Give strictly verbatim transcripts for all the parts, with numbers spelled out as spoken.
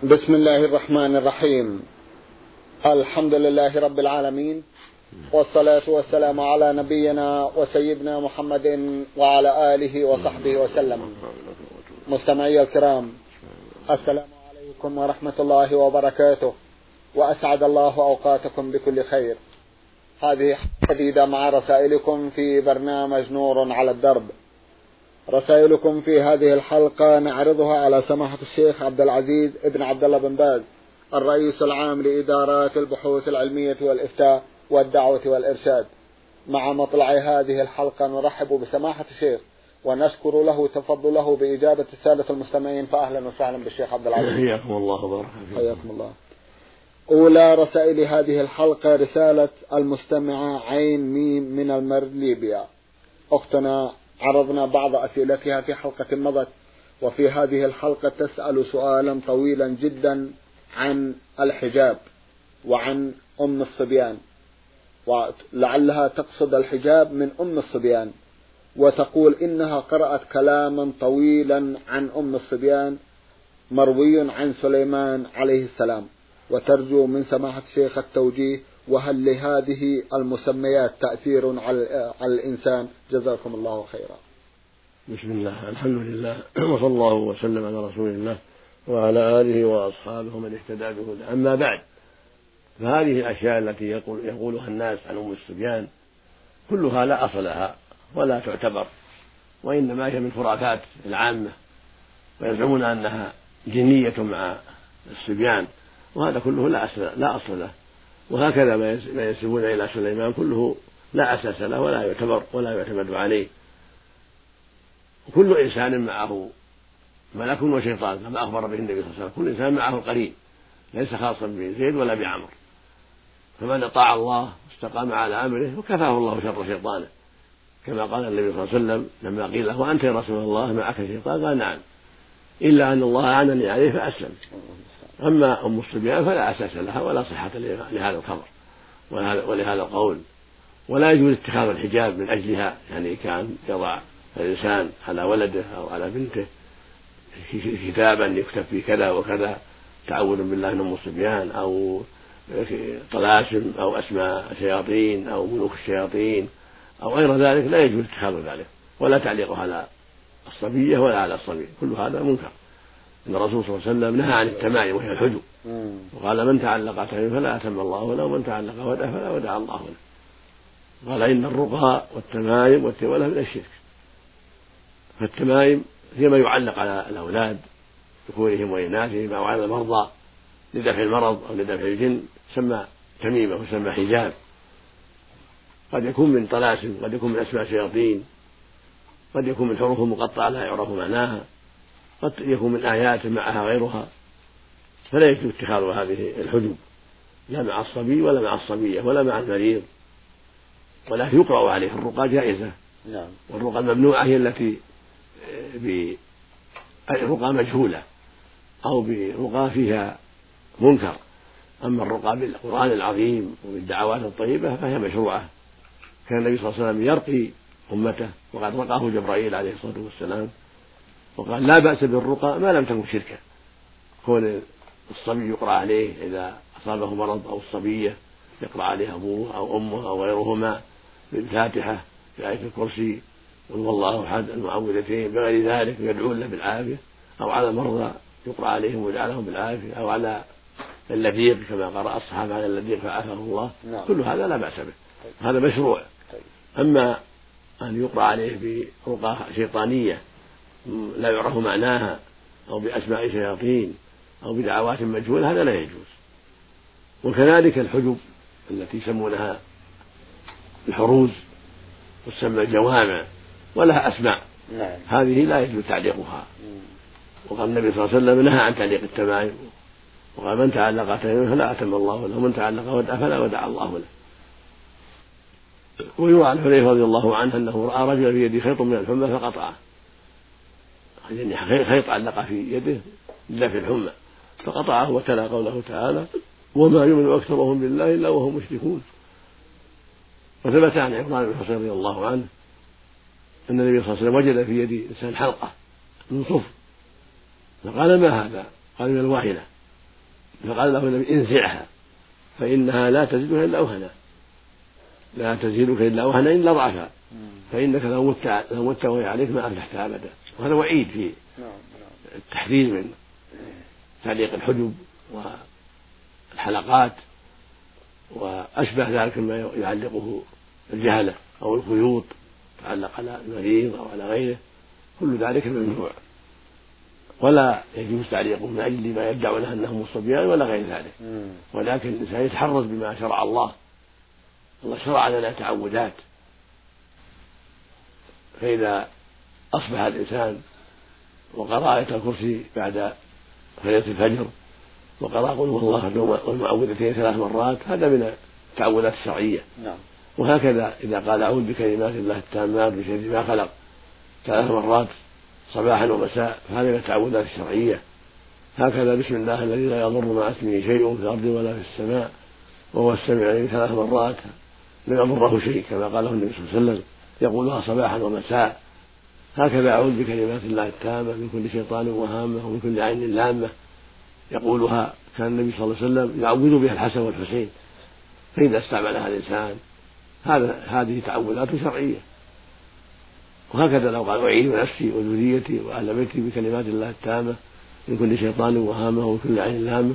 بسم الله الرحمن الرحيم. الحمد لله رب العالمين، والصلاة والسلام على نبينا وسيدنا محمد وعلى آله وصحبه وسلم. مستمعي الكرام، السلام عليكم ورحمة الله وبركاته، وأسعد الله أوقاتكم بكل خير. هذه جديدة مع رسائلكم في برنامج نور على الدرب. رسائلكم في هذه الحلقة نعرضها على سماحة الشيخ عبد العزيز ابن عبد الله بن باز، الرئيس العام لإدارات البحوث العلمية والإفتاء والدعوة والإرشاد. مع مطلع هذه الحلقة نرحب بسماحة الشيخ ونشكر له تفضله بإجابة السادة المستمعين، فأهلا وسهلا بالشيخ عبد العزيز. حياكم الله وبارك فيكم. حياكم الله. أولى رسائل هذه الحلقة رسالة المستمعة عين ميم من المر ليبيا. أختنا عرضنا بعض أسئلتها في حلقة مضت، وفي هذه الحلقة تسأل سؤالا طويلا جدا عن الحجاب وعن أم الصبيان، ولعلها تقصد الحجاب من أم الصبيان، وتقول إنها قرأت كلاما طويلا عن أم الصبيان مروي عن سليمان عليه السلام، وترجو من سماحة الشيخ التوجيه، وهل لهذه المسميات تأثير على الإنسان؟ جزاكم الله خيرا. بسم الله، الحمد لله، وصلى الله وسلم على رسول الله وعلى آله وأصحابه من اهتدى بهداه. أما بعد، فهذه الأشياء التي يقول يقولها الناس عن أم الصبيان كلها لا أصل لها ولا تعتبر، وإنما هي من خرافات العامة، ويزعمون أنها جنية مع الصبيان، وهذا كله لا أصل لا أصل له. وهكذا ما ينسبون إلى سليمان كله لا أساس له ولا يعتبر ولا يعتمد عليه. كل إنسان معه ملك وشيطان كما أخبر به النبي صلى الله عليه وسلم، كل إنسان معه قرين ليس خاصا بزيد ولا بعمر، فمن أطاع الله واستقام على أمره وكفاه الله شر شيطانه، كما قال النبي صلى الله عليه وسلم لما قيل له أنت يا رسول الله معك شيطان؟ قال نعم، إلا أن الله أعنني عليه فأسلم. أما أم الصبيان فلا أساس لها ولا صحة لهذا الخبر ولهذا القول، ولا يجوز اتخاذ الحجاب من أجلها، يعني كان يضع الإنسان على ولده أو على بنته كتابا يكتب فيه كذا وكذا تعوذ بالله من أم الصبيان، أو طلاسم أو أسماء شياطين أو ملوك الشياطين أو غير ذلك، لا يجوز اتخاذ ذلك، ولا تعليقه على الصبية ولا على الصبي، كل هذا منكر. إن الرسول صلى الله عليه وسلم نهى عن التمائم وهي الحجب، وقال من تعلق تميم فلا أتم الله له، ومن تعلق ودع فلا ودع الله له. قال إن الرقى والتمائم والتولى من الشرك. فالتمائم هي ما يعلق على الأولاد ذكورهم وإناثهم أو على المرضى لدفع المرض أو لدفع الجن، سمى تميمة وسمى حجاب. قد يكون من طلاسم، قد يكون من أسماء شياطين، قد يكون من حروف مقطعة لا يعرف معناها، قد يكون من آيات معها غيرها، فلا يجوز اتخاذ هذه الحجب لا مع الصبي ولا مع الصبية ولا مع المريض، ولكن يقرأ عليه. الرقى جائزة، والرقى الممنوعة هي التي برقى مجهولة أو برقى فيها منكر. أما الرقى بالقرآن العظيم وبالدعوات الطيبة فهي مشروعة. كان النبي صلى الله عليه وسلم يرقي أمته، وقد رقاه جبرائيل عليه الصلاة والسلام، وقال لا بأس بالرقى ما لم تكن شركا. كون الصبي يقرأ عليه إذا أصابه مرض، أو الصبية يقرأ عليه أبوه أو أمه أو غيرهما بالفاتحة بآية الكرسي قل هو الله أحد المعوذتين بغير ذلك يدعون له بالعافية، أو على المرضى يقرأ عليهم ويجعلهم بالعافية، أو على اللذيق كما قرأ الصحابة على اللذيق فعافاه الله. نعم. كل هذا لا بأس به، هذا مشروع. أما أن يقرأ عليه برقى شيطانية لا يعرف معناها أو بأسماء شياطين أو بدعوات مجهولة، هذا لا يجوز. وكذلك الحجب التي يسمونها الحروز وتسمى الجوامع ولها أسماء، نعم. هذه لا يجوز تعليقها. وقال النبي صلى الله عليه وسلم نهى عن تعليق التمائم، وقال من تعلق تميما فلا أتم الله له، ومن تعلق ودع فلا ودع الله له. ويروى عن حذيفة رضي الله عنه أنه رأى رجلا في يده خيط من الحمى فقطعه، يعني خيط علق في يده لدفع الحمى فقطعه، وتلا قوله تعالى وما يؤمن أكثرهم بالله إلا وهم مشركون. وثبت عن عمران بن حصين رضي الله عنه أن النبي صلى الله عليه وسلم وجد في يد إنسان حلقة من صفر، فقال ما هذا؟ قال من الواهنة. فقال له النبي انزعها فإنها لا تزيدها إلا أوهنا، لا تزيدك إلا أوهنا إلا ضعفا، فإنك لو مت لو مت وهي عليك ما أفلحت أبدا. وهذا وعيد في التحذير من تعليق الحجب والحلقات وأشبه ذلك مما يعلقه الجهلة أو الخيوط تعلق على المريض أو على غيره، كل ذلك ممنوع، ولا يجوز تعليقه من أجل ما يدعون أنهم صبيان ولا غير ذلك، ولكن الإنسان يتحرز بما شرع الله. الله شرع لنا تعودات، فإذا أصبح الإنسان وقرأ آية الكرسي بعد فريضة الفجر وقرأ قل هو الله والمعوذتين ثلاث مرات، هذا من التعوذات الشرعية. وهكذا إذا قال أعوذ بكلمات الله التامات من شر ما خلق ثلاث مرات صباحا ومساء، فهذا من التعوذات الشرعية. هكذا بسم الله الذي لا يضر مع اسمه شيء في الأرض ولا في السماء وهو السميع العليم ثلاث مرات لا يضره شيء، كما قاله النبي صلى الله عليه وسلم يقولها صباحا ومساء. هكذا أعوذ بكلمات الله التامة من كل شيطان وهامة ومن كل عين لامة، يقولها كان النبي صلى الله عليه وسلم يعوذ بها الحسن والحسين. فإذا استعملها الإنسان هذا هذه تعوذات شرعية. وهكذا لو قال أعيذ نفسي وذريتي وأهل بيتي بكلمات الله التامة من كل شيطان وهامة ومن كل عين لامة،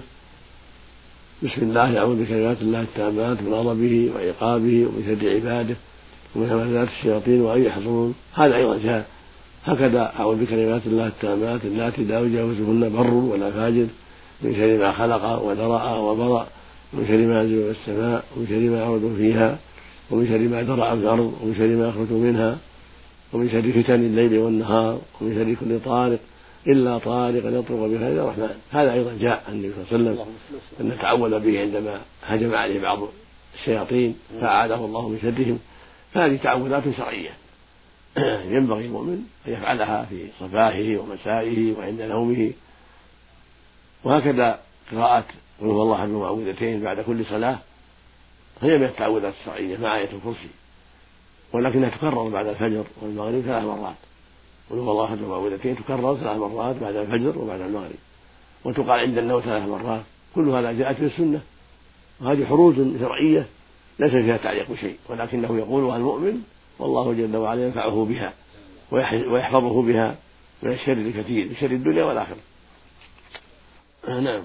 بسم الله أعوذ بكلمات الله التامات من غضبه وعقابه ومن شر عباده ومن همزات الشياطين وأن يحضرون، هذا أيضا جاء. هكذا أعوذ بكلمات الله التامات اللاتي لا يجاوزهن بر ولا فاجر من شر ما خلق وذرأ وبرأ ومن شر ما ينزل من السماء ومن شر ما يعرض فيها ومن شر ما ذرأ في الأرض ومن شر ما يخرج منها ومن شر فتن الليل والنهار ومن شر كل طارق إلا طارقا يطرق بخير الرحمن. هذا أيضا جاء عن النبي صلى الله عليه وسلم أن تعوذ به عندما هجم عليه بعض الشياطين فأعاذه الله من شرهم. فهذه تعوذات شرعية ينبغي المؤمن أن يفعلها في صباحه ومسائه وعند نومه. وهكذا قراءة قل هو الله أحد المعوذتين بعد كل صلاة هي من التعوذات الشرعية مع آية الكرسي، ولكنها تكرر بعد الفجر والمغرب ثلاث مرات. قل هو الله أحد المعوذتين تكرر ثلاث مرات بعد الفجر وبعد المغرب، وتقال عند النوم ثلاث مرات. كل هذا جاءت في السنة، وهذه حروز شرعية ليس فيها تعليق شيء، ولكنه يقولها المؤمن والله جل وعلا ينفعه بها ويحفظه بها من الشر الكثير، من شر الدنيا والآخرة. نعم.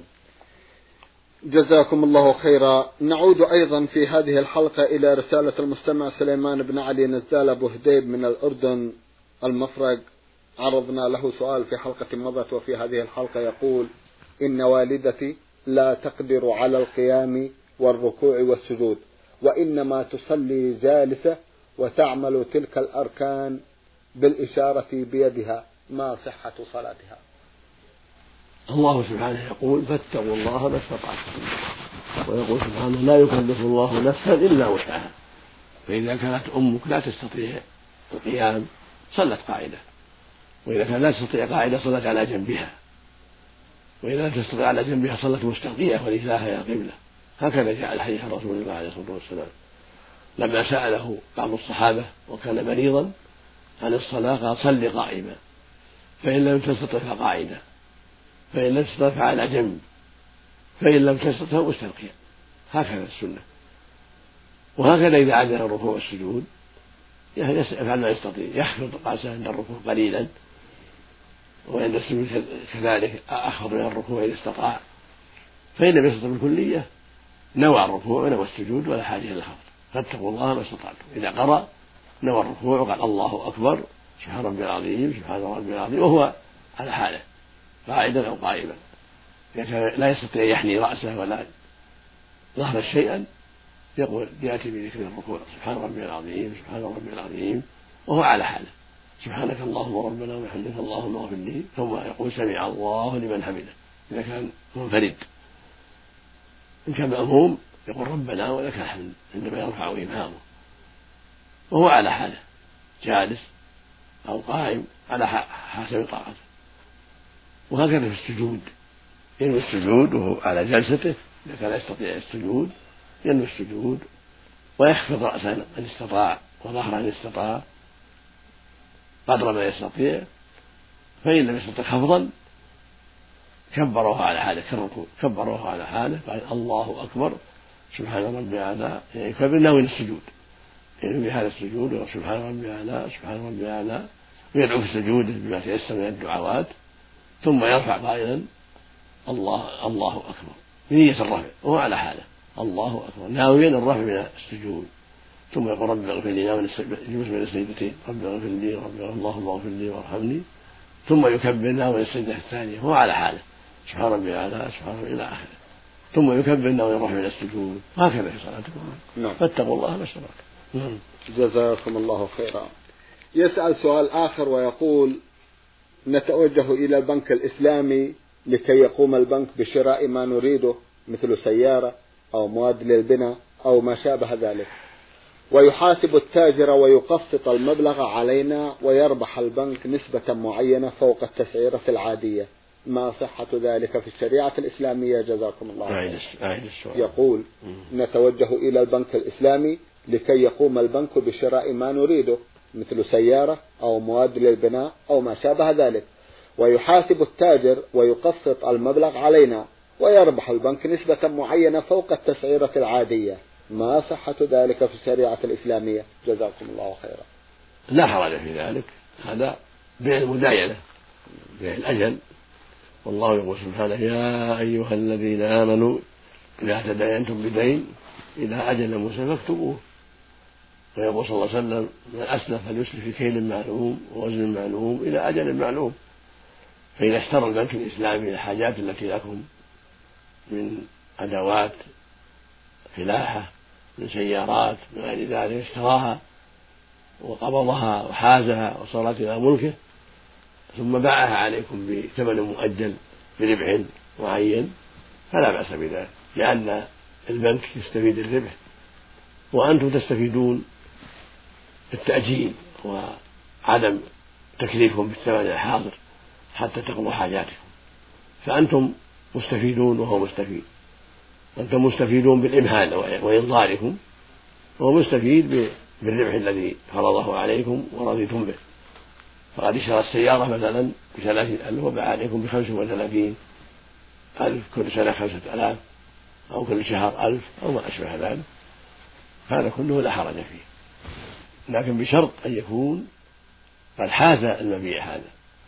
جزاكم الله خيرا. نعود أيضا في هذه الحلقة إلى رسالة المستمع سليمان بن علي نزدال أبو هديب من الأردن المفرق. عرضنا له سؤال في حلقة مضت وفي هذه الحلقة يقول: إن والدتي لا تقدر على القيام والركوع والسجود، وإنما تصلي جالسة وتعمل تلك الأركان بالإشارة بيدها، ما صحة صلاتها؟ الله سبحانه يقول: فاتقوا الله ما استطعتم، ويقول سبحانه: لا يكلف الله نفسا إلا وسعها. فإذا كانت أمك لا تستطيع القيام صلت قاعدة، وإذا كانت لا تستطيع قاعدة صلت على جنبها، وإذا لم تستطيع على جنبها صلت مستقيمة ولجاها إلى القبلة. هكذا جاء الحديث عن رسول الله عليه الصلاة والسلام لما سأله بعض الصحابة وكان مريضا عن الصلاة قال: صل قائما، فإن لم تستطع فقاعدة، فإن لم تستطع فعلى جنب، فإن لم تستطع مستلقيا. هكذا السنة. وهكذا إذا عجز الركوع والسجود يفعل ما يستطيع، يخفض رأسه عند الركوع قليلا، وعند السجود كذلك أخفض من الركوع إذا استطاع. فإن لم يستطع بالكلية نوى الركوع ونوى السجود ولا حاجة إلى الخفض. فاتقوا الله ما استطعتم. إذا قرأ نوى الركوع وقال الله أكبر سبحان ربي العظيم سبحان ربي العظيم وهو على حاله قاعدا أو قائما. إذا كان لا يستطيع يحني رأسه ولا ظهر شيئا يقول يأتي بذكر الركوع سبحان ربي العظيم سبحان ربي العظيم وهو على حاله، سبحانك اللهم ربنا وبحمدك اللهم اغفر لي، ثم يقول سمع الله لمن حمده إذا كان منفرد. إن كان مأموم يقول ربنا ولك الحمد عندما يرفع إمامه وهو على حاله جالس أو قائم على حسب طاقته. وهكذا في السجود ينوي السجود وهو على جلسته، إذا كان لا يستطيع السجود ينوي السجود ويخفض رأسه إن استطاع وظهره إن استطاع قدر ما يستطيع. فإن لم يستطع خفضا كبروها على حاله كالركوع، كبروها على حاله قال الله أكبر سبحان ربي الأعلى، يعني يكبر ناوي السجود، يعني في هذا السجود سبحان ربي الأعلى سبحان ربي الأعلى، ويدعو في السجود بما تيسر من الدعوات، ثم يرفع قائلا الله الله أكبر بنية الرفع وهو على حاله الله أكبر ناويا الرفع من السجود، ثم يقول رب اغفر لي ناوي الجلوس بين السجدتين رب اغفر لي رب اللهم اغفر لي وارحمني، ثم يكبر ناوي السجدة الثانية وهو على حاله سبحان ربي الأعلى سبحان ربي إلى آخره، ثم يكبر ناوي الرفع من السجود، هكذا في صلاتكم. نعم. فاتقوا الله ما استطعتم. جزاكم الله خيرا. يسأل سؤال آخر ويقول: نتوجه إلى البنك الإسلامي لكي يقوم البنك بشراء ما نريده مثل سيارة أو مواد للبناء أو ما شابه ذلك، ويحاسب التاجر ويقسط المبلغ علينا ويربح البنك نسبة معينة فوق التسعيرة العادية، ما صحة ذلك في الشريعة الإسلامية؟ جزاكم الله خيرا. يقول: نتوجه إلى البنك الإسلامي لكي يقوم البنك بشراء ما نريده مثل سيارة أو مواد للبناء أو ما شابه ذلك، ويحاسب التاجر ويقسط المبلغ علينا ويربح البنك نسبة معينة فوق التسعيرة العادية، ما صحة ذلك في الشريعة الإسلامية؟ جزاكم الله خيرا. لا حرج في ذلك، هذا بيع المداينة، بيع الأجل، والله يقول سبحانه: يا أيها الذين آمنوا إذا تداينتم بدين إلى أجل مسمى فاكتبوه. ويقول صلى الله عليه وسلم: من أسلف فليسلف في كيل معلوم ووزن معلوم إلى أجل معلوم. فإذا اشترى البنك الإسلامي الحاجات التي لكم من أدوات فلاحة من سيارات من غير ذلك اشتراها وقبضها وحازها وصارت إلى ملكه، ثم باعها عليكم بثمن مؤجل بربح معين، فلا بأس بذلك، لأن البنك يستفيد الربح وأنتم تستفيدون التأجيل وعدم تكليفهم بالثمن الحاضر حتى تقضوا حاجاتكم، فأنتم مستفيدون وهو مستفيد، أنتم مستفيدون بالإمهال وإنظاركم، وهو مستفيد بالربح الذي فرضه عليكم ورضيتم به. فقد اشترى السيارة مثلا بثلاثين ألف وباع عليكم بخمس وثلاثين ألف كل سنة خمسة ألاف أو كل شهر ألف أو ما أشبه ذلك، هذا كله لا حرج فيه، لكن بشرط أن يكون قد حاز المبيع هذا،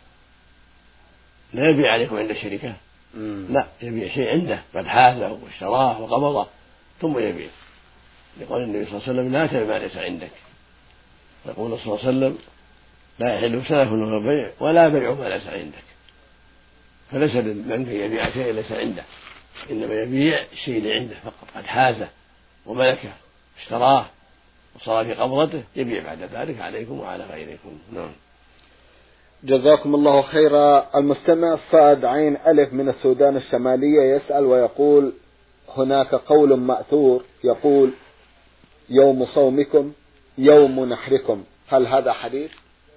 لا يبيع عليكم عند الشركة، لا، يبيع شيء عنده قد حازه واشتراه وقبضه ثم يبيع، يقول النبي صلى الله عليه وسلم: لا تبع ما ليس عندك. يقول صلى الله عليه وسلم: لا يحل سلف ولا بيع ولا بيع ما ليس عندك. فليس للبنك يبيع شيء ليس عنده، إنما يبيع الشيء اللي عنده فقط، قد حازه وملكه اشتراه وصار في قبضته، يبيع بعد ذلك عليكم وعلى غيركم. نعم. جزاكم الله خيرا. المستمع صاد عين ألف من السودان الشمالية يسأل ويقول: هناك قول مأثور يقول: يوم صومكم يوم نحركم، هل هذا حديث؟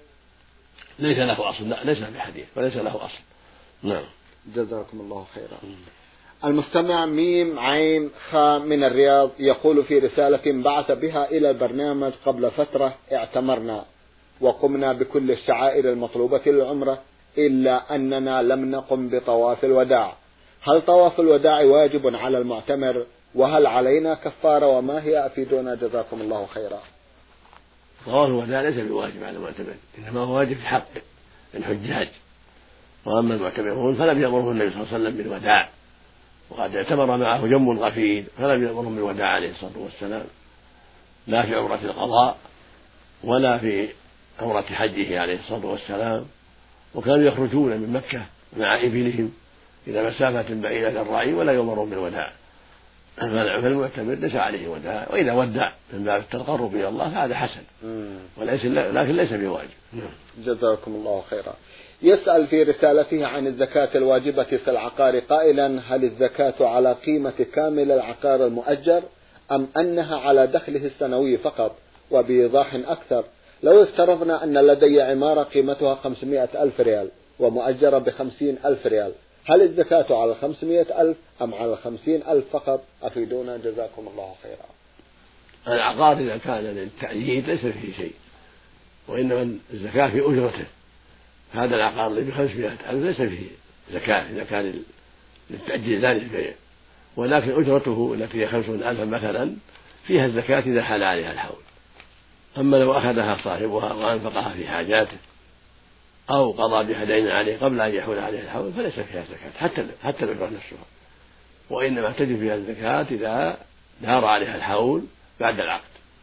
ليس له أصل، لا ليس بحديث وليس له أصل. نعم. جزاكم الله خيرا. المستمع ميم عين خاء من الرياض يقول في رسالة بعث بها إلى البرنامج قبل فترة: اعتمرنا وقمنا بكل الشعائر المطلوبة للعمرة إلا أننا لم نقم بطواف الوداع، هل طواف الوداع واجب على المعتمر؟ وهل علينا كفارة؟ وما هي؟ أفيدونا جزاكم الله خيرا. طواف الوداع ليس بواجب على المعتمر، إنما هو واجب في حق الحجاج، وأما المعتمرون فلم يأمرهم النبي صلى الله عليه وسلم بالوداع، وقد اعتمر معه جم غفير فلم يأمرهم بالوداع عليه الصلاة والسلام، لا في عمرة القضاء ولا في عمرة حجه عليه الصلاة والسلام، وكانوا يخرجون من مكة مع إبلهم إلى مسافة بعيدة للرعي ولا يؤمرون بالوداع، فالمعتمر ليس عليه وداع، وإذا ودع من باب التقرب إلى الله فهذا حسن، وليس لكن ليس بواجب. جزاكم الله خيرا. يسأل في رسالته عن الزكاة الواجبة في العقار قائلا: هل الزكاة على قيمة كامل العقار المؤجر أم أنها على دخله السنوي فقط؟ وبإيضاح أكثر: لو افترضنا أن لدي عمارة قيمتها خمسمائة ألف ريال ومؤجرة بخمسين ألف ريال، هل الزكاة على خمسمائة ألف أم على خمسين ألف فقط؟ أفيدونا جزاكم الله خيرا. العقار إذا كان للتأييد ليس فيه شيء، وإنما الزكاة في أجرته. هذا العقار اللي بخمسمائة ألف ليس فيه زكاة إذا كان للتأجيل لا للبيع، ولكن أجرته التي هي خمسون ألفا مثلا فيها الزكاة إذا حال عليها الحول. أما لو أخذها صاحبها وأنفقها في حاجاته أو قضى بها دين عليه قبل أن يحول عليه الحول فليس فيها زكاة حتى حتى الأجرة نفسها، وإنما تجب فيها الزكاة إذا دار عليها الحول بعد العقد.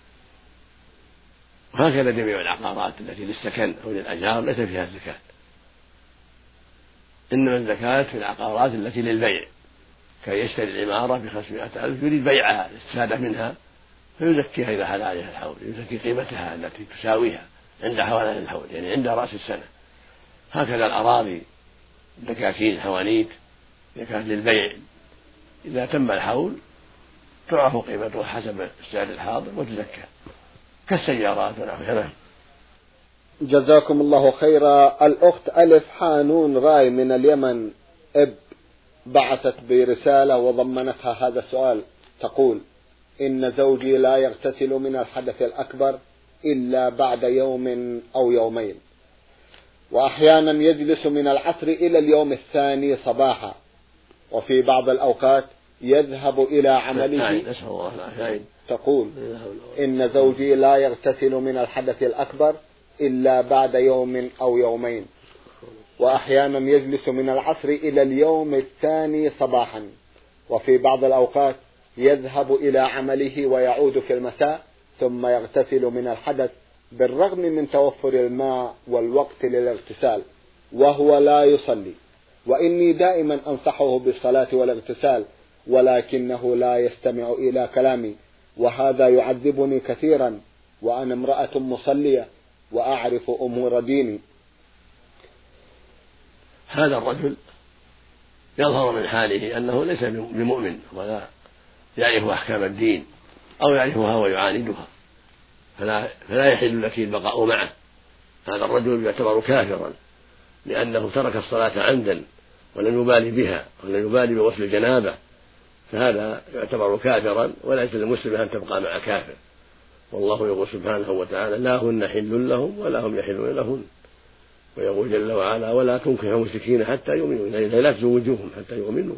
وهكذا جميع العقارات التي للسكن أو للأجار ليس فيها زكاة، إنما الزكاة في العقارات التي للبيع، كي يشتري العمارة بخمسمائة ألف يريد بيعها الاستفادة منها فيزكيها إذا حال عليها الحول، يزكي قيمتها التي تساويها عند حوالين الحول، يعني عند رأس السنة. هكذا الأراضي الدكاكين حوانيت إذا كانت للبيع إذا تم الحول تعرف قيمتها حسب السعر الحاضر وتزكى كالسيارات ونحوها. جزاكم الله خيرا. الأخت ألف حانون راي من اليمن إب بعثت برسالة وضمنتها هذا السؤال، تقول: إن زوجي لا يغتسل من الحدث الأكبر إلا بعد يوم أو يومين، وأحيانا يجلس من العصر إلى اليوم الثاني صباحا، وفي بعض الأوقات يذهب إلى عمله. تقول: إن زوجي لا يغتسل من الحدث الأكبر إلا بعد يوم أو يومين، وأحيانا يجلس من العصر إلى اليوم الثاني صباحا، وفي بعض الأوقات يذهب إلى عمله ويعود في المساء ثم يغتسل من الحدث بالرغم من توفر الماء والوقت للاغتسال، وهو لا يصلي، وإني دائما أنصحه بالصلاة والاغتسال ولكنه لا يستمع إلى كلامي، وهذا يعذبني كثيرا، وأنا امرأة مصلية وأعرف أمور ديني. هذا الرجل يظهر من حاله أنه ليس بمؤمن ولا يعرف أحكام الدين أو يعرفها ويعاندها، فلا, فلا يحل لك البقاء معه. هذا الرجل يعتبر كافرا لأنه ترك الصلاة عمدا ولم يبالي بها ولم يبالي بغسل الجنابة، فهذا يعتبر كافرا، وليس للمسلم أن تبقى مع كافر. والله يقول سبحانه وتعالى: لا هن حل لهم ولا هم يحلون لهن. ويقول جل وعلا: ولا تنكحوا المشركين حتى يؤمنوا، يعني لا تزوجوهم حتى يؤمنوا.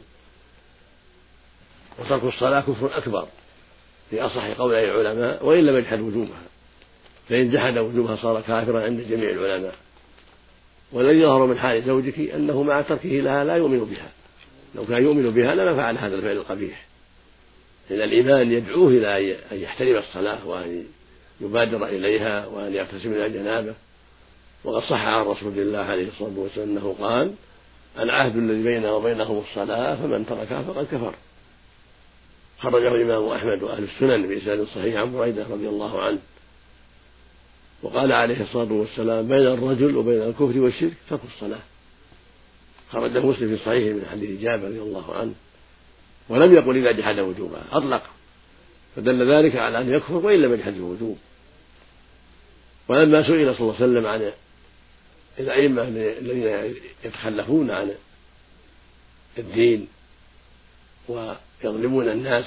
وترك الصلاة كفر أكبر في أصح قولي العلماء، وإن لم يجحد وجوبها، فإن جحد وجوبها صار كافرا عند جميع العلماء. والذي يظهر من حال زوجك أنه مع تركه لها لا يؤمن بها، لو كان يؤمن بها لما فعل هذا الفعل القبيح، لأن الإيمان يدعوه إلى أن يحترم الصلاة وأن يبادر إليها وأن يغتسل من الجنابة. وقد صح عن رسول الله عليه الصلاة والسلام أنه قال: العهد الذي بيننا وبينهم الصلاة فمن تركها فقد كفر. خرجه الإمام أحمد وأهل السنن بإسناد صحيح عن بريدة رضي الله عنه. وقال عليه الصلاة والسلام: بين الرجل وبين الكفر والشرك ترك الصلاة. خرجه مسلم في صحيح من حديث جابر رضي الله عنه، ولم يقل إذا جحد وجوبها، أطلق، فدل ذلك على أن يكفر وإن لم يجحد الوجوب. ولما سئل صلى الله عليه وسلم عن الأئمة الذين يتخلفون عن الدين ويظلمون الناس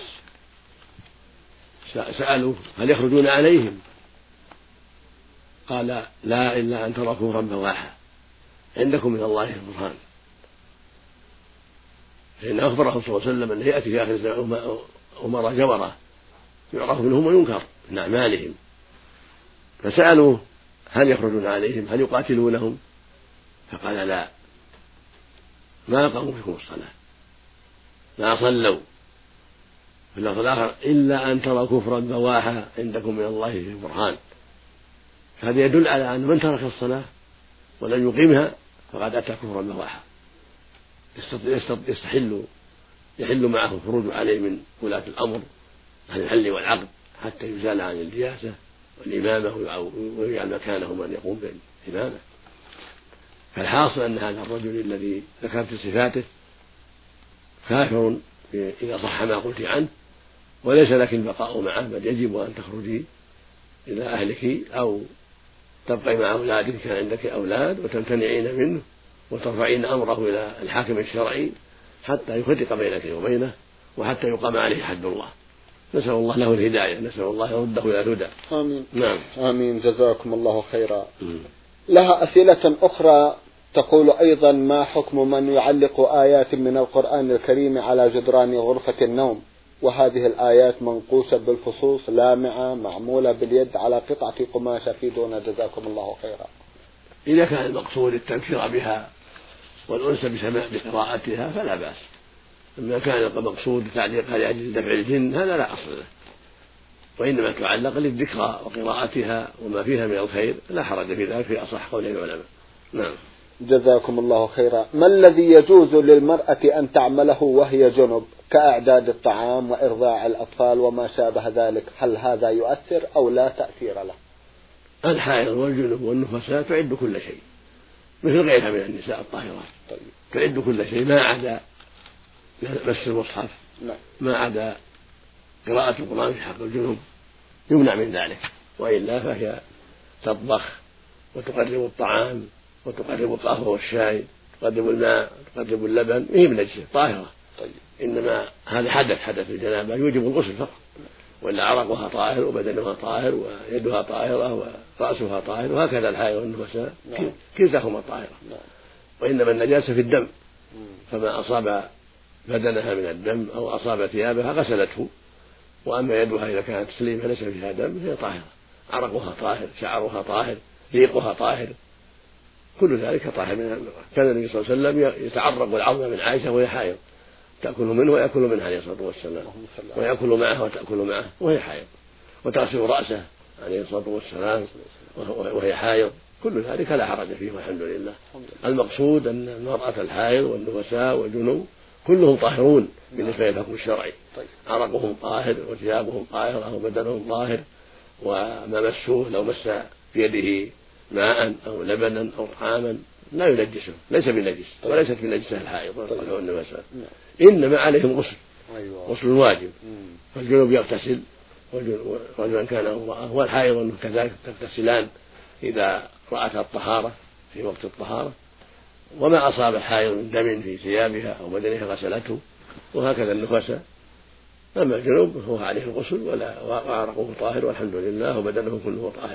سألوا: هل يخرجون عليهم؟ قال: لا، إلا أن ترى كفرا بواحا عندكم من الله برهان. فإن أخبره صلى الله عليه وسلم أنه يأتي في آخر الزمان أمراء جورة يعرف منهم وينكر من أعمالهم، فسألوه: هل يخرجون عليهم؟ هل يقاتلونهم؟ فقال: لا، ما قاموا فيكم الصلاة، ما صلوا. في اللفظ الآخر: إلا أن ترى كفرا بواحا عندكم من الله في برهان. هذا يدل على أن من ترك الصلاة ولم يقيمها فقد أتى كفرا بواحا، يستحل يحل معه الخروج عليه من ولاة الأمر عن الحل والعقد حتى يزال عن الرياسة والإمامة ويجعل مكانه من يقوم بالإمامة. فالحاصل أن هذا الرجل الذي ذكرت صفاته كافر إذا صح ما قلت عنه، وليس لك البقاء معه، بل يجب أن تخرجي إلى أهلك أو تبقي مع أولادك كان عندك أولاد وتمتنعين منه وترفعين أمره إلى الحاكم الشرعي حتى يفرق بينك وبينه وحتى يقام عليه حد الله. نسأل الله له الهداية، نسأل الله يرده إلى الهدى. آمين. نعم. آمين. جزاكم الله خيرا. م. لها أسئلة أخرى تقول أيضا: ما حكم من يعلق آيات من القرآن الكريم على جدران غرفة النوم، وهذه الآيات منقوشة بالفصوص لامعة معمولة باليد على قطعة قماشة في دون، جزاكم الله خيرا. إذا كان المقصود التنكير بها والأنس بسماع بقراءتها فلا بأس. أما كان المقصود تعليقها لأجل دفع الجن هذا لا أصل له، وإنما تعلق للذكرى وقراءتها وما فيها من الخير، لا حرج في ذلك في أصح قول العلماء. نعم. جزاكم الله خيرا. ما الذي يجوز للمرأة أن تعمله وهي جنب كإعداد الطعام وإرضاع الأطفال وما شابه ذلك؟ هل هذا يؤثر أو لا تأثير له؟ الحائض والجنب والنفساء تعد كل شيء مثل غيرها من النساء الطاهرات. طيب. تعد كل شيء ما عدا مس المصحف. نعم. ما عدا قراءة القرآن في حق الجنوب يمنع من ذلك، وإلا فهي تطبخ وتقرب الطعام وتقرب القهوة والشاي، تقرب الماء، تقرب اللبن، هي بنجسة طاهرة. طيب. إنما هذا حدث حدث الجنابة يوجب الغسل فقط، وإلا عرقها طاهر وبدنها طاهر ويدها طاهرة ورأسها طاهر، وهكذا الحائض والنفساء كلتاهما طاهرة. وإنما النجاسة في الدم، فما أصاب بدنها من الدم أو أصاب ثيابها غسلته، وأما يدها إذا كانت سليمة ليس فيها دم هي طاهرة، عرقها طاهر، شعرها طاهر، ريقها طاهر، كل ذلك طاهر من المرأة. كان النبي صلى الله عليه وسلم يتعرق العظم من عائشة وهي حائض، تأكل منه ويأكل منها عليه الصلاة والسلام، ويأكل معه وتأكل معه وهي حائض، وتغسل رأسه عليه الصلاة والسلام وهي حائض، كل ذلك لا حرج فيه والحمد لله. المقصود أن المرأة الحائض والنفساء والجنوب كلهم طاهرون بالنسبة للحكم الشرعي، عرقهم طاهر وثيابهم طاهرة وبدنهم طاهر، وما مسوه لو مس بيده ماء أو لبنا أو طعاما لا ينجسه، ليس بنجس وليست بنجسة الحائض والنفساء، إنما عليهم غسل، غسل واجب. فالجنوب يغتسل رجلا كان أو امرأة، والحائض كذلك تغتسلان إذا رأتها الطهارة في وقت الطهارة، وما أصاب الحائض من دم في ثيابها أو بدنها غسلته، وهكذا النفساء. أما الجنوب هو عليه الغسل وعرقه طاهر والحمد لله وبدنه كله طاهر.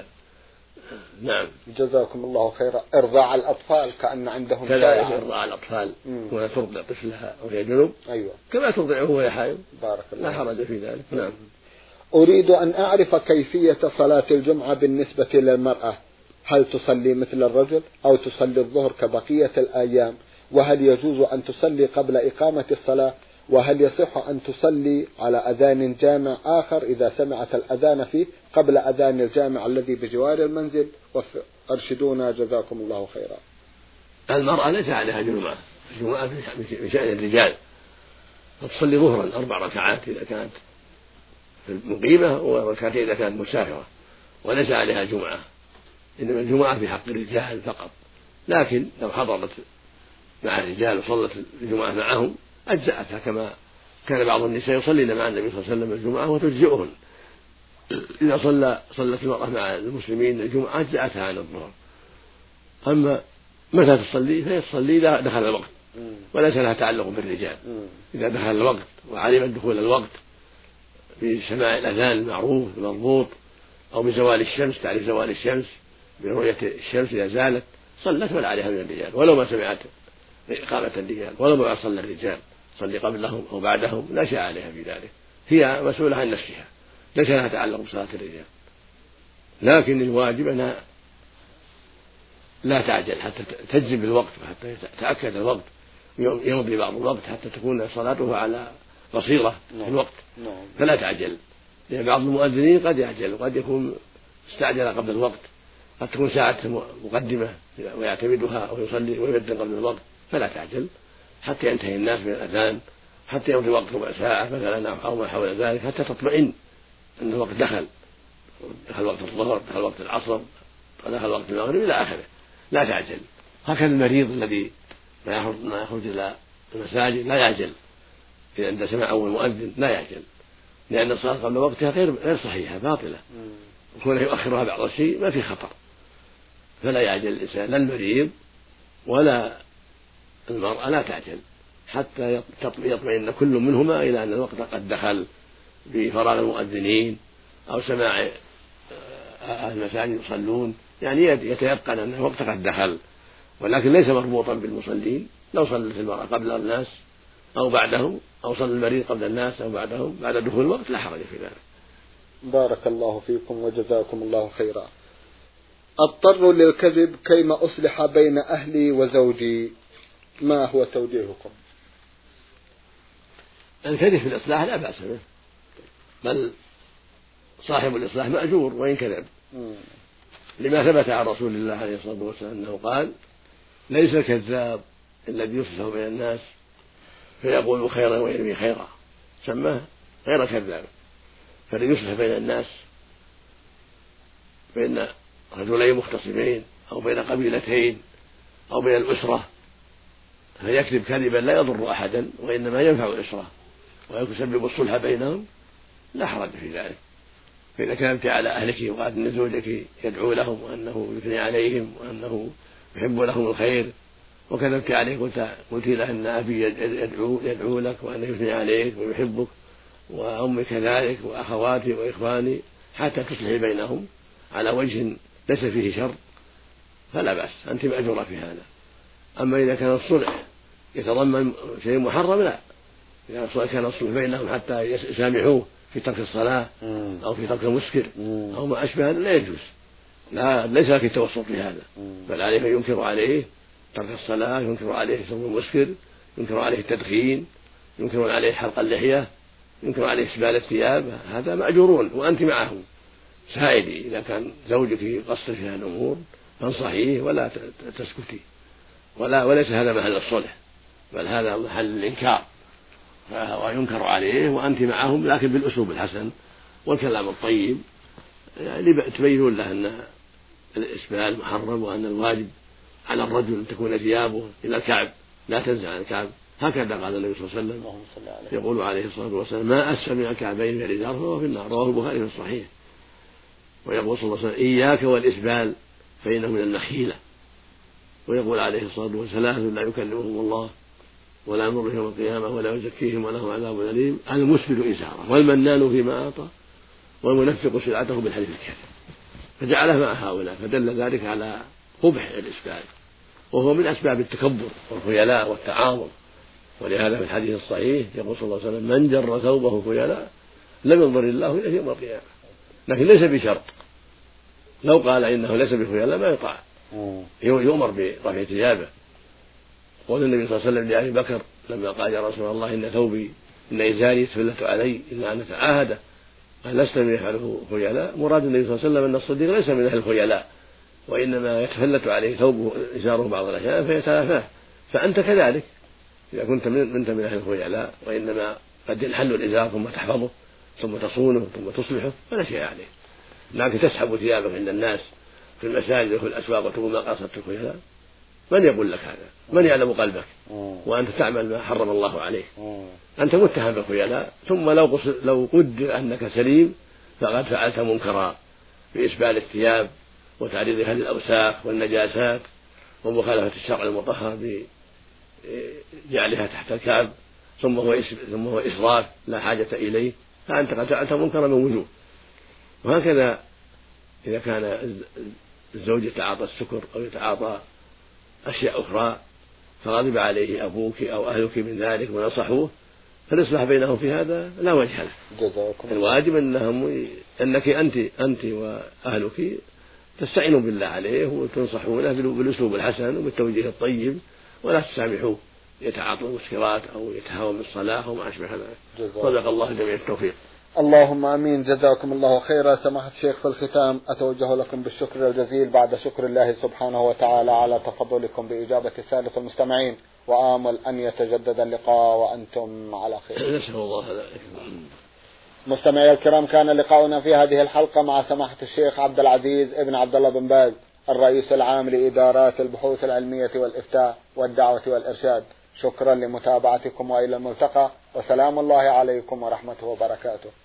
نعم. جزاكم الله خيرا. إرضاع الأطفال كأن عندهم كذلك إرضاع الأطفال وهي ترضع طفلها وهي جنوب. أيوة. كما ترضعه وهي حائض، بارك الله، لا حرج في ذلك. نعم. أريد أن أعرف كيفية صلاة الجمعة بالنسبة للمرأة، هل تصلي مثل الرجل أو تصلي الظهر كبقية الأيام؟ وهل يجوز أن تصلي قبل إقامة الصلاة؟ وهل يصح أن تصلي على أذان جامع آخر إذا سمعت الأذان فيه قبل أذان الجامع الذي بجوار المنزل؟ أرشدونا جزاكم الله خيرا. المرأة ليس عليها جمعة، الجمعة في شأن الرجال، فتصلي ظهرا أربع ركعات إذا كانت مقيمة وركعتين إذا كانت مسافرة، وليس عليها جمعة، إنما الجمعة في حق الرجال فقط. لكن لو حضرت مع الرجال وصلت الجمعة معهم أجزأتها، كما كان بعض النساء يصلين مع النبي صلى الله عليه وسلم الجمعة وتجزئهن. إذا صلى صلت المرأة مع المسلمين الجمعة أجزأتها عن الظهر. أما متى تصلي فهي تصلي إذا دخل الوقت، وليس لها تعلق بالرجال. إذا دخل الوقت وعلمت دخول الوقت بسماع الأذان المعروف المضبوط أو بزوال الشمس، تعرف زوال الشمس برؤية الشمس إذا زالت صلت ولا عليها من الرجال، ولو ما سمعت إقامة الرجال ولو ما صلى الرجال صلي قبلهم أو بعدهم لا شيء عليها في ذلك، هي مسؤولة عن نفسها ليس لها تعلق بصلاة الرجال. لكن الواجب أنها لا تعجل حتى تجزم بالوقت وحتى يتأكد الوقت، يمضي بعض الوقت حتى تكون صلاته على بصيرة في الوقت، فلا تعجل، لأن بعض المؤذنين قد يعجل وقد يكون استعجل قبل الوقت، قد تكون ساعة مقدمة ويعتمدها أو يصلي ويبدأ قبل الوقت، فلا تعجل حتى ينتهي الناس من الأذان، حتى يمضي وقت ربع ساعة مثلا أو ما حول ذلك، حتى تطمئن أن الوقت دخل، دخل وقت الظهر، دخل وقت العصر، دخل وقت المغرب إلى آخره، لا تعجل. هكذا المريض الذي ما يخرج إلى المساجد لا يعجل، إذا عند سمع أول مؤذن لا يعجل، لأن الصلاة قبل وقتها غير غير صحيحة باطلة، وكونه يؤخرها بعض الشيء ما في خطر، فلا يعجل الإنسان، لا المريض ولا المرأة لا تعجل حتى يطمئن كل منهما إلى أن الوقت قد دخل بفراغ المؤذنين أو سماع أهل المساجد يصلون، يعني يتيقن أن الوقت قد دخل، ولكن ليس مربوطا بالمصلين. لو صلت المرأة قبل الناس أو بعدهم، أو صلى المريض قبل الناس أو بعدهم بعد دخول الوقت لا حرج في ذلك. بارك الله فيكم وجزاكم الله خيرا. اضطر للكذب كيما أصلح بين أهلي وزوجي، ما هو توجيهكم؟ الكذب في الإصلاح لا بأس به، بل صاحب الإصلاح مأجور وإن كذب، لما ثبت عن رسول الله عليه الصلاة والسلام أنه قال: ليس الكذاب الذي يصلح بين الناس فيقول خيرا ويرمي خيرا، سماه غير كذاب. فالذي يصلح بين الناس، بين رجلين مختصمين أو بين قبيلتين أو بين الأسرة، فيكذب كذبا لا يضر أحدا وإنما ينفع الأسرة ويسبب الصلح بينهم، لا حرج في ذلك. فإذا كذبت على أهلك وقالت أن زوجك يدعو لهم وأنه يثني عليهم وأنه يحب لهم الخير، وكذبت عليه قلت قلت له أن أبي يدعو, يدعو لك وأنه يثني عليك ويحبك وأمي كذلك وأخواتي وإخواني، حتى تصلحي بينهم على وجه ليس فيه شر، فلا بأس، أنت مأجورة في هذا. أما إذا كان الصلح يتضمن شيء محرم لا، إذا كان الصلح بينهم حتى يسامحوه في ترك الصلاة أو في ترك المسكر أو ما أشبه لا يجوز، لا ليس لك التوسط في هذا، بل عليه ينكر عليه ترك الصلاة، ينكر عليه شرب المسكر، ينكر عليه التدخين، ينكر عليه حلق اللحية، ينكر عليه إسبال الثياب، هذا مأجورون وأنت معهم. سائلي إذا كان زوجك يقصر في هذه الأمور فانصحيه ولا تسكتي، ولا وليس هذا محل الصلح، بل هذا محل الإنكار، وينكر عليه وأنت معهم، لكن بالأسلوب الحسن والكلام الطيب، يعني تبينون له أن الإسبال محرم وأن الواجب على الرجل أن تكون ثيابه إلى الكعب لا تنزع عن الكعب، هكذا قال النبي صلى الله عليه وسلم. يقول عليه الصلاة والسلام: ما أسفل من الكعبين في الإزار فهو في النار، رواه البخاري في الصحيح. ويقول صلى الله عليه وسلم: إياك والإسبال فإنه من النخيلة. ويقول عليه الصلاة والسلام: لا يكلمهم الله ولا يمر يوم القيامة ولا يزكيهم ولهم عذاب أليم، المسبل إزاره والمنان فيما أعطى والمنفق سلعته بالحديث الكاذب. فجعله مع هؤلاء، فدل ذلك على قبح الإسبال، وهو من أسباب التكبر والخيلاء والتعاظم. ولهذا في الحديث الصحيح يقول صلى الله عليه وسلم: من جر ثوبه خيلاء لم ينظر الله إليه يوم القيامة. لكن ليس بشرط، لو قال إنه ليس بخيلاء ما يطاع، يؤمر برفع ثيابه. قول النبي صلى الله عليه وسلم لأبي بكر لما قال: يا رسول الله إن ثوبي إن إزاري يتفلت علي إلا أن أتعاهد، قال: لست من يفعله خيلاء. مراد النبي صلى الله عليه وسلم أن الصديق ليس من أهل الخيلاء، وإنما يتفلت عليه ثوبه إزاره بعض الأحيان فيتلافاه. فأنت كذلك إذا كنت من, من أهل الخيلاء، وإنما قد ينحل الإزار ثم تحفظه ثم تصونه ثم تصلحه فلا شيء عليه. لكن تسحب ثيابك عند الناس في المساجد وفي الأسواق وتقول ما قصدت الخيلاء، من يقول لك هذا؟ من يعلم قلبك وأنت تعمل ما حرم الله عليك؟ أنت متهم بالخيلاء، ثم لو لو قدر أنك سليم فقد فعلت منكرا بإسبال الثياب وتعريضها للأوساخ والنجاسات ومخالفة الشرع المطهر بجعلها تحت الكعب، ثم هو ثم هو إسراف لا حاجة إليه، فأنت قد فعلت منكرا من وجوه. وهكذا إذا كان الزوج يتعاطى السكر أو يتعاطى أشياء أخرى فغضب عليه أبوك أو أهلك من ذلك ونصحوه، فالإصلاح بينهم في هذا لا وجه له. الواجب أنهم أنك أنت أنت وأهلك تستعينوا بالله عليه وتنصحونه بالأسلوب الحسن وبالتوجيه الطيب، ولا تسامحوه يتعاطى المسكرات أو يتهاون بالصلاة وما أشبه ذلك. صدق الله جميع التوفيق. اللهم امين. جزاكم الله خيرا. سماحة الشيخ، في الختام اتوجه لكم بالشكر الجزيل بعد شكر الله سبحانه وتعالى على تفضلكم باجابة السادة المستمعين، وآمل ان يتجدد اللقاء وانتم على خير. نسأل الله ذلك. مستمعي الكرام، كان لقاؤنا في هذه الحلقة مع سماحة الشيخ عبد العزيز ابن عبد الله بن باز، الرئيس العام لإدارات البحوث العلمية والإفتاء والدعوة والإرشاد. شكرا لمتابعتكم وإلى الملتقى، وسلام الله عليكم ورحمته وبركاته.